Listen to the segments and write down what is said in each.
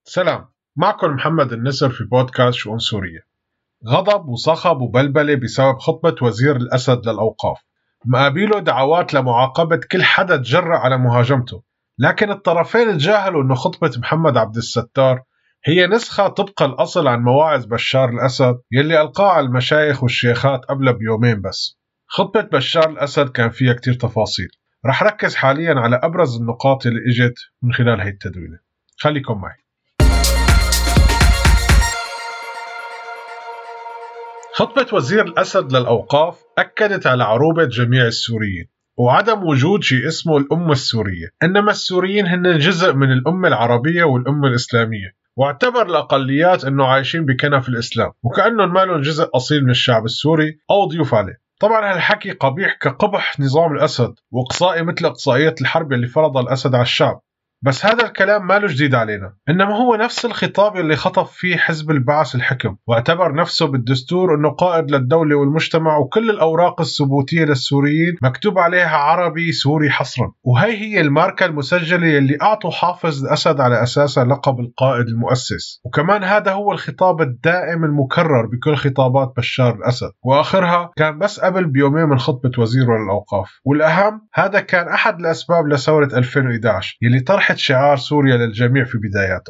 سلام، معكم محمد النسر في بودكاست شؤون سورية. غضب وصخب وبلبلة بسبب خطبة وزير الأسد للأوقاف. مقابله دعوات لمعاقبة كل حدا تجرأ على مهاجمته، لكن الطرفين تجاهلوا أنه خطبة محمد عبد الستار هي نسخة طبق الأصل عن مواعظ بشار الأسد يلي ألقاها على المشايخ والشيخات قبل بيومين بس. خطبة بشار الأسد كان فيها كتير تفاصيل، رح ركز حاليا على أبرز النقاط اللي إجت من خلال هاي التدوينة. خليكم معي. خطبة وزير الأسد للأوقاف أكدت على عروبة جميع السوريين وعدم وجود شيء اسمه الأمة السورية، إنما السوريين هن جزء من الأمة العربية والأمة الإسلامية، واعتبر الأقليات أنه عايشين بكنف الإسلام وكأنهم مالهم جزء أصيل من الشعب السوري أو ضيوف عليه. طبعا هالحكي قبيح كقبح نظام الأسد وإقصائي مثل إقصائية الحرب اللي فرضها الأسد على الشعب، بس هذا الكلام ما له جديد علينا، إنما هو نفس الخطاب اللي خطف فيه حزب البعث الحكم واعتبر نفسه بالدستور أنه قائد للدولة والمجتمع، وكل الأوراق الثبوتية للسوريين مكتوب عليها عربي سوري حصرا، وهي هي الماركة المسجلة اللي أعطوا حافظ الأسد على أساسها لقب القائد المؤسس. وكمان هذا هو الخطاب الدائم المكرر بكل خطابات بشار الأسد، وآخرها كان بس قبل بيومين من خطبة وزير الأوقاف. والأهم هذا كان أحد الأسباب لثورة 2011 يلي طرحت شعار سوريا للجميع في بداياتها.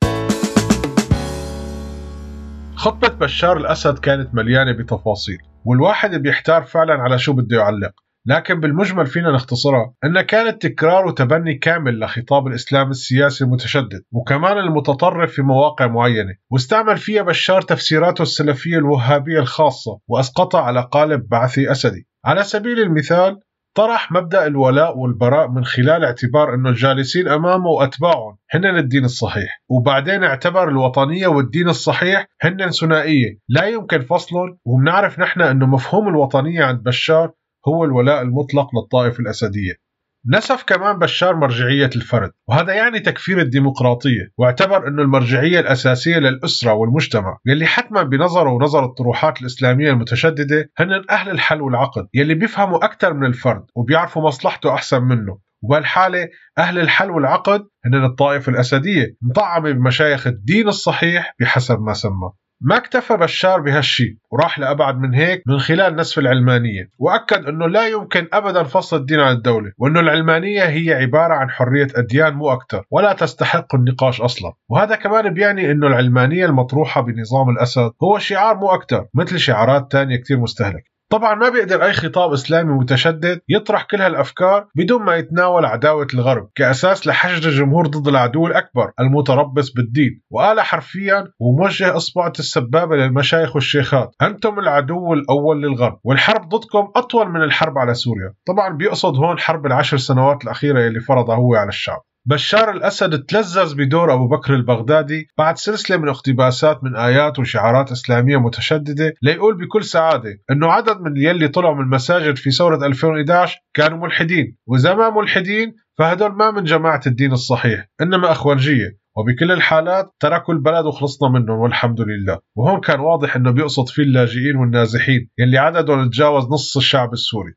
خطبة بشار الأسد كانت مليانة بتفاصيل، والواحد بيحتار فعلا على شو بده يعلق، لكن بالمجمل فينا نختصرها أنها كانت تكرار وتبني كامل لخطاب الإسلام السياسي المتشدد وكمان المتطرف في مواقع معينة، واستعمل فيها بشار تفسيراته السلفية الوهابية الخاصة وأسقطها على قالب بعثي أسدي. على سبيل المثال طرح مبدأ الولاء والبراء من خلال اعتبار أنه الجالسين أمامه وأتباعهم هن الدين الصحيح، وبعدين اعتبر الوطنية والدين الصحيح هن ثنائية لا يمكن فصلهم. وبنعرف نحن أنه مفهوم الوطنية عند بشار هو الولاء المطلق للطائفة الأسدية. نسف كمان بشار مرجعية الفرد، وهذا يعني تكفير الديمقراطية، واعتبر أنه المرجعية الأساسية للأسرة والمجتمع يلي حتما بنظره ونظر الطروحات الإسلامية المتشددة هن أهل الحل والعقد يلي بيفهموا أكثر من الفرد وبيعرفوا مصلحته أحسن منه، وبهالحالة أهل الحل والعقد هن الطائفة الأسدية مطعمة بمشايخ الدين الصحيح بحسب ما سمى. ما اكتفى بشار بهالشي وراح لأبعد من هيك من خلال نسف العلمانية، وأكد أنه لا يمكن أبدا فصل الدين عن الدولة، وأنه العلمانية هي عبارة عن حرية أديان مو أكتر ولا تستحق النقاش أصلا. وهذا كمان بيعني أنه العلمانية المطروحة بنظام الأسد هو شعار مو أكتر مثل شعارات تانية كتير مستهلكة. طبعا ما بيقدر أي خطاب إسلامي متشدد يطرح كل هالأفكار بدون ما يتناول عداوة الغرب كأساس لحشد الجمهور ضد العدو الأكبر المتربص بالدين، وقال حرفيا وموجه إصبعة السبابة للمشايخ والشيخات: أنتم العدو الأول للغرب والحرب ضدكم أطول من الحرب على سوريا. طبعا بيقصد هون حرب ال10 سنوات الأخيرة اللي فرضها هو على الشعب. بشار الأسد تلذذ بدور أبو بكر البغدادي بعد سلسلة من اقتباسات من آيات وشعارات إسلامية متشددة ليقول بكل سعادة أنه عدد من يلي طلعوا من المساجد في ثورة 2011 كانوا ملحدين، وإذا ما ملحدين فهدول ما من جماعة الدين الصحيح إنما أخوانجية، وبكل الحالات تركوا البلد وخلصنا منهم والحمد لله. وهون كان واضح أنه بيقصد فيه اللاجئين والنازحين يلي عددهم تجاوز نص الشعب السوري.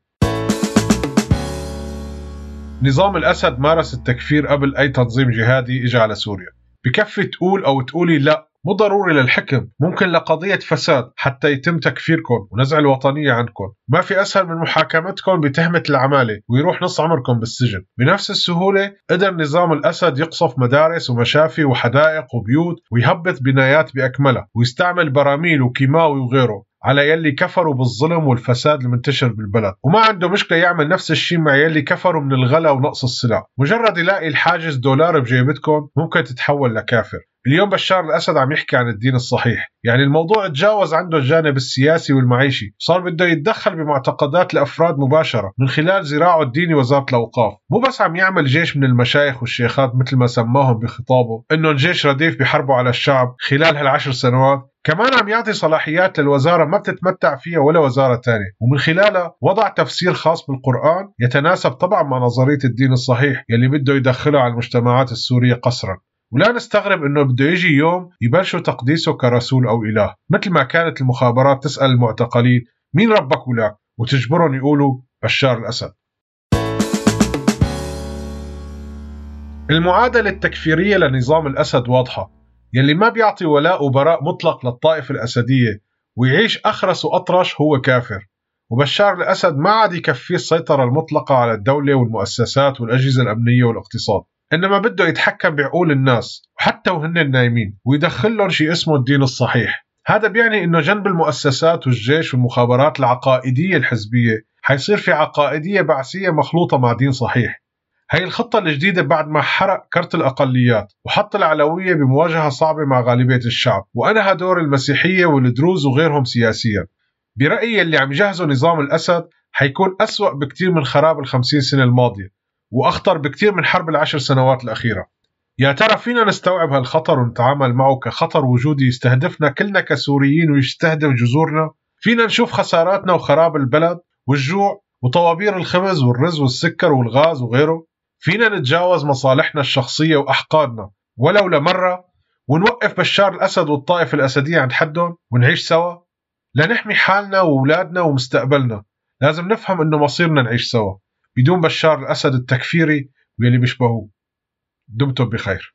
نظام الأسد مارس التكفير قبل أي تنظيم جهادي إجا على سوريا. بكفي تقول أو تقولي لا، مو ضروري للحكم، ممكن لقضية فساد حتى يتم تكفيركم ونزع الوطنية عنكم. ما في أسهل من محاكمتكم بتهمة العمالة ويروح نص عمركم بالسجن. بنفس السهولة قدر نظام الأسد يقصف مدارس ومشافي وحدائق وبيوت ويهبط بنايات بأكملها ويستعمل براميل وكيماوي وغيره على يلي كفروا بالظلم والفساد المنتشر بالبلد، وما عنده مشكلة يعمل نفس الشيء مع يلي كفروا من الغلا ونقص السلع. مجرد يلاقي الحاجز دولار بجيبتكم ممكن تتحول لكافر. اليوم بشار الأسد عم يحكي عن الدين الصحيح، يعني الموضوع تجاوز عنده الجانب السياسي والمعيشي، صار بده يتدخل بمعتقدات الأفراد مباشرة من خلال زراعه الديني وزارة الأوقاف. مو بس عم يعمل جيش من المشايخ والشيخات مثل ما سماهم بخطابه إنه جيش رديف بيحاربوا على الشعب خلال هال10 سنوات، كمان عم يعطي صلاحيات للوزارة ما بتتمتع فيها ولا وزارة تانية، ومن خلالها وضع تفسير خاص بالقرآن يتناسب طبعا مع نظرية الدين الصحيح يلي بده يدخله على المجتمعات السورية قسرا. ولا نستغرب انه بده يجي يوم يبلشوا تقديسه كرسول او اله، مثل ما كانت المخابرات تسأل المعتقلين مين ربك ولاك وتجبرهم يقولوا بشار الأسد. المعادلة التكفيرية لنظام الأسد واضحة، يلي ما بيعطي ولاء وبراء مطلق للطائفة الأسدية ويعيش أخرس وأطرش هو كافر. وبشار الأسد ما عاد يكفيه السيطرة المطلقة على الدولة والمؤسسات والأجهزة الأمنية والاقتصاد، إنما بده يتحكم بعقول الناس وحتى وهن نايمين ويدخل لهم شيء اسمه الدين الصحيح. هذا بيعني إنه جنب المؤسسات والجيش والمخابرات العقائدية الحزبية حيصير في عقائدية بعثية مخلوطة مع دين صحيح. هي الخطة الجديدة بعد ما حرق كرت الأقليات وحط العلوية بمواجهة صعبة مع غالبية الشعب وأنهى دور المسيحية والدروز وغيرهم سياسيا. برأيي اللي عم يجهزه نظام الأسد حيكون أسوأ بكتير من خراب ال50 سنة الماضية وأخطر بكتير من حرب ال10 سنوات الأخيرة. يا ترى فينا نستوعب هالخطر ونتعامل معه كخطر وجودي يستهدفنا كلنا كسوريين ويستهدف جذورنا؟ فينا نشوف خساراتنا وخراب البلد والجوع وطوابير الخبز والرز والسكر والغاز وغيره؟ فينا نتجاوز مصالحنا الشخصية وأحقادنا ولو لمرة ونوقف بشار الأسد والطائفة الأسدية عند حدهم ونعيش سوا؟ لنحمي حالنا وأولادنا ومستقبلنا لازم نفهم إنه مصيرنا نعيش سوا بدون بشار الأسد التكفيري واللي بيشبهوه. دمتم بخير.